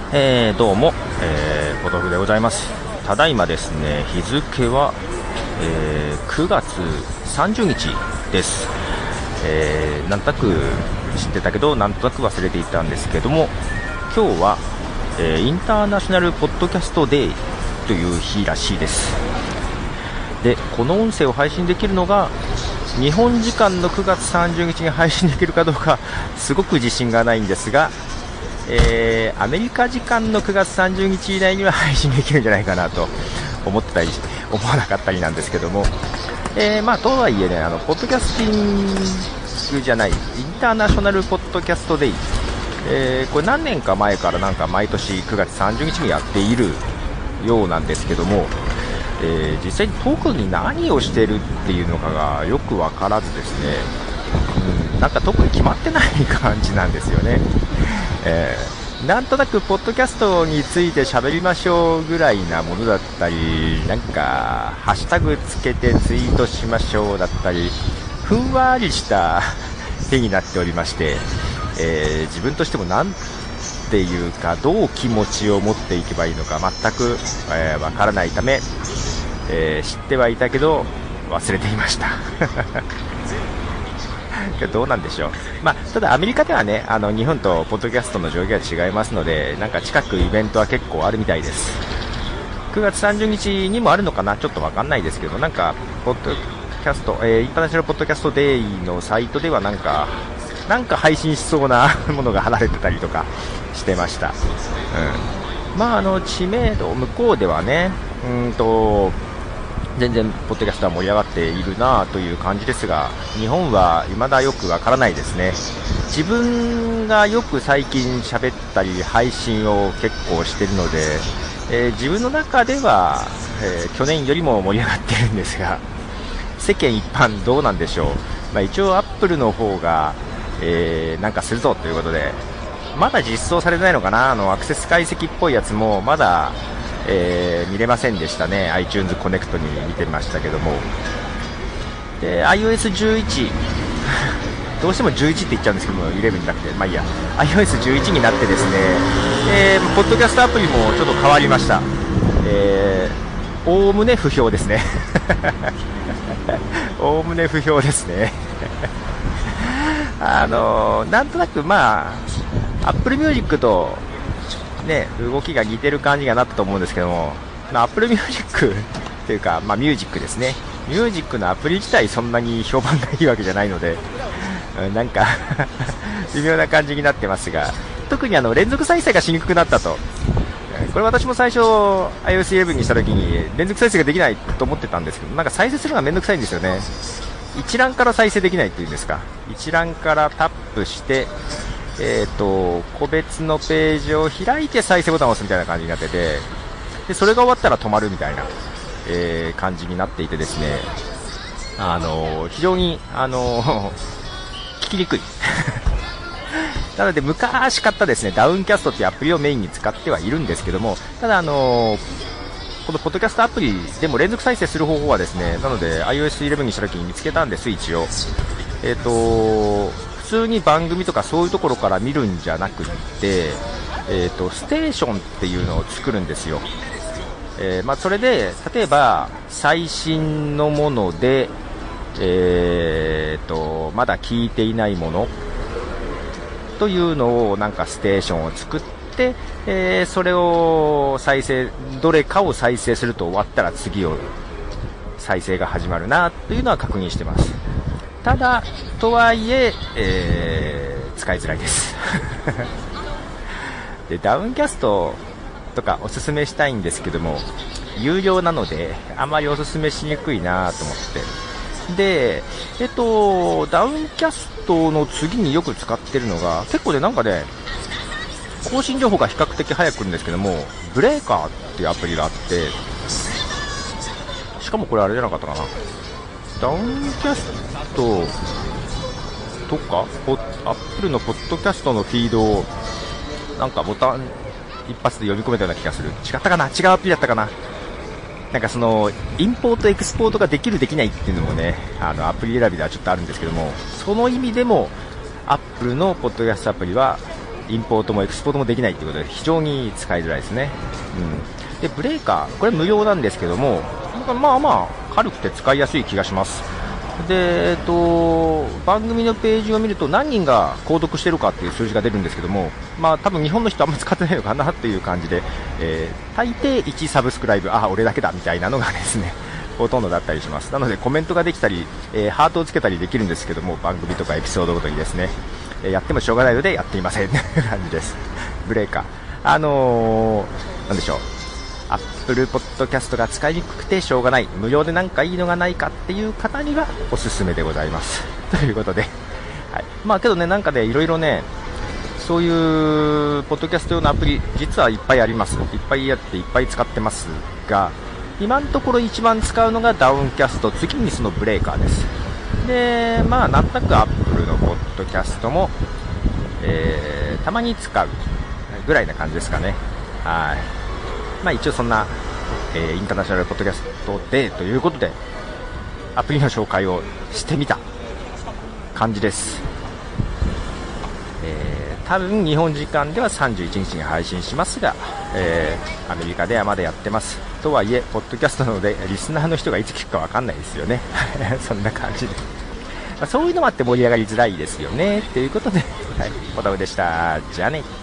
どうも、ポトフでございます。ただいまですね、日付は、9月30日です。なんとなく知ってたけど、なんとなく忘れていたんですけども、今日は、インターナショナルポッドキャストデーという日らしいです。で、この音声を配信できるのが日本時間の9月30日に配信できるかどうかすごく自信がないんですが、アメリカ時間の9月30日以内には配信できるんじゃないかなと思ってたり思わなかったりなんですけども、とはいえね、ポッドキャスティングじゃない、インターナショナルポッドキャストデイ、これ何年か前からなんか毎年9月30日にやっているようなんですけども、実際に特に何をしてるっていうのかがよく分からずですね、なんか特に決まってない感じなんですよね。なんとなくポッドキャストについて喋りましょうぐらいなものだったり、なんかハッシュタグつけてツイートしましょうだったり、ふんわりした手になっておりまして、自分としてもなんていうかどう気持ちを持っていけばいいのか全くわからないため、知ってはいたけど忘れていましたどうなんでしょう。ただアメリカではね、日本とポッドキャストの状況は違いますので、なんか近くイベントは結構あるみたいです。9月30日にもあるのかな、ちょっとわかんないですけど、なんかポッドキャスト、インターナショナルポッドキャストデイのサイトではなんか配信しそうなものが貼られてたりとかしてました。知名度向こうではね、全然ポッドキャストは盛り上がっているなという感じですが、日本は未だよくわからないですね。自分がよく最近喋ったり配信を結構しているので、自分の中では、去年よりも盛り上がっているんですが、世間一般どうなんでしょう。一応アップルの方が、なんかするぞということで、まだ実装されてないのかな。アクセス解析っぽいやつもまだ見れませんでしたね。 iTunes コネクトに見てましたけども、で iOS11 どうしても11って言っちゃうんですけども、11じゃなくて、いいや、 iOS11 になってですね、ポッドキャストアプリもちょっと変わりました。おおむね不評ですねおおむね不評ですねなんとなくApple Music とね、動きが似てる感じがなったと思うんですけども、Apple Music というか、ミュージックですね。ミュージックのアプリ自体そんなに評判がいいわけじゃないので、なんか微妙な感じになってますが、特に連続再生がしにくくなったと。これ私も最初 iOS11 にした時に連続再生ができないと思ってたんですけど、なんか再生するのがめんどくさいんですよね。一覧から再生できないっていうんですか。一覧からタップして個別のページを開いて再生ボタンを押すみたいな感じになってて、でそれが終わったら止まるみたいな、感じになっていてですね、非常に聞きにくいなので昔買ったですねダウンキャストっていうアプリをメインに使ってはいるんですけども、ただこのポッドキャストアプリでも連続再生する方法はですね、なので iOS11 にした時に見つけたんです。一応普通に番組とかそういうところから見るんじゃなくって、ステーションっていうのを作るんですよ。それで例えば最新のもので、まだ聞いていないものというのをなんかステーションを作って、それをどれかを再生すると終わったら次を再生が始まるなというのは確認してます。ただとはいえ使いづらいですでダウンキャストとかおすすめしたいんですけども、有料なのであまりおすすめしにくいなと思って、でダウンキャストの次によく使ってるのが、結構でなんかね更新情報が比較的早く来るんですけども、ブレーカーっていうアプリがあって、しかもこれあれじゃなかったかな、ダウンキャストとかアップルのポッドキャストのフィードをなんかボタン一発で読み込めたような気がする。違ったかな、違うアプリだったかな。なんかそのインポートエクスポートができるできないっていうのもね、アプリ選びではちょっとあるんですけども、その意味でもアップルのポッドキャストアプリはインポートもエクスポートもできないということで非常に使いづらいですね。でブレーカーこれ無料なんですけども、まあまあ軽くて使いやすい気がします。で番組のページを見ると何人が購読してるかっていう数字が出るんですけども、まあ多分日本の人あんま使ってないのかなっていう感じで、大抵1サブスクライブ、俺だけだみたいなのがですねほとんどだったりします。なのでコメントができたり、ハートをつけたりできるんですけども、番組とかエピソードごとにですね、やってもしょうがないのでやっていませんという感じです。ブレーカーなんでしょう、アップルポッドキャストが使いにくくてしょうがない、無料でなんかいいのがないかっていう方にはおすすめでございますということで、はい、まあけどね、なんかねいろいろね、そういうポッドキャスト用のアプリ実はいっぱいあります。いっぱいあっていっぱい使ってますが、今のところ一番使うのがダウンキャスト、次にそのブレーカーです。でまあなんとなくアップルのポッドキャストも、たまに使うぐらいな感じですかね。はい、まあ、一応そんな、インターナショナルポッドキャストデーということでアプリの紹介をしてみた感じです。多分日本時間では31日に配信しますが、アメリカではまだやってます。とはいえポッドキャストなのでリスナーの人がいつ聞くか分かんないですよねそんな感じで、そういうのもあって盛り上がりづらいですよねということで、はい、ポトフでした。じゃあね。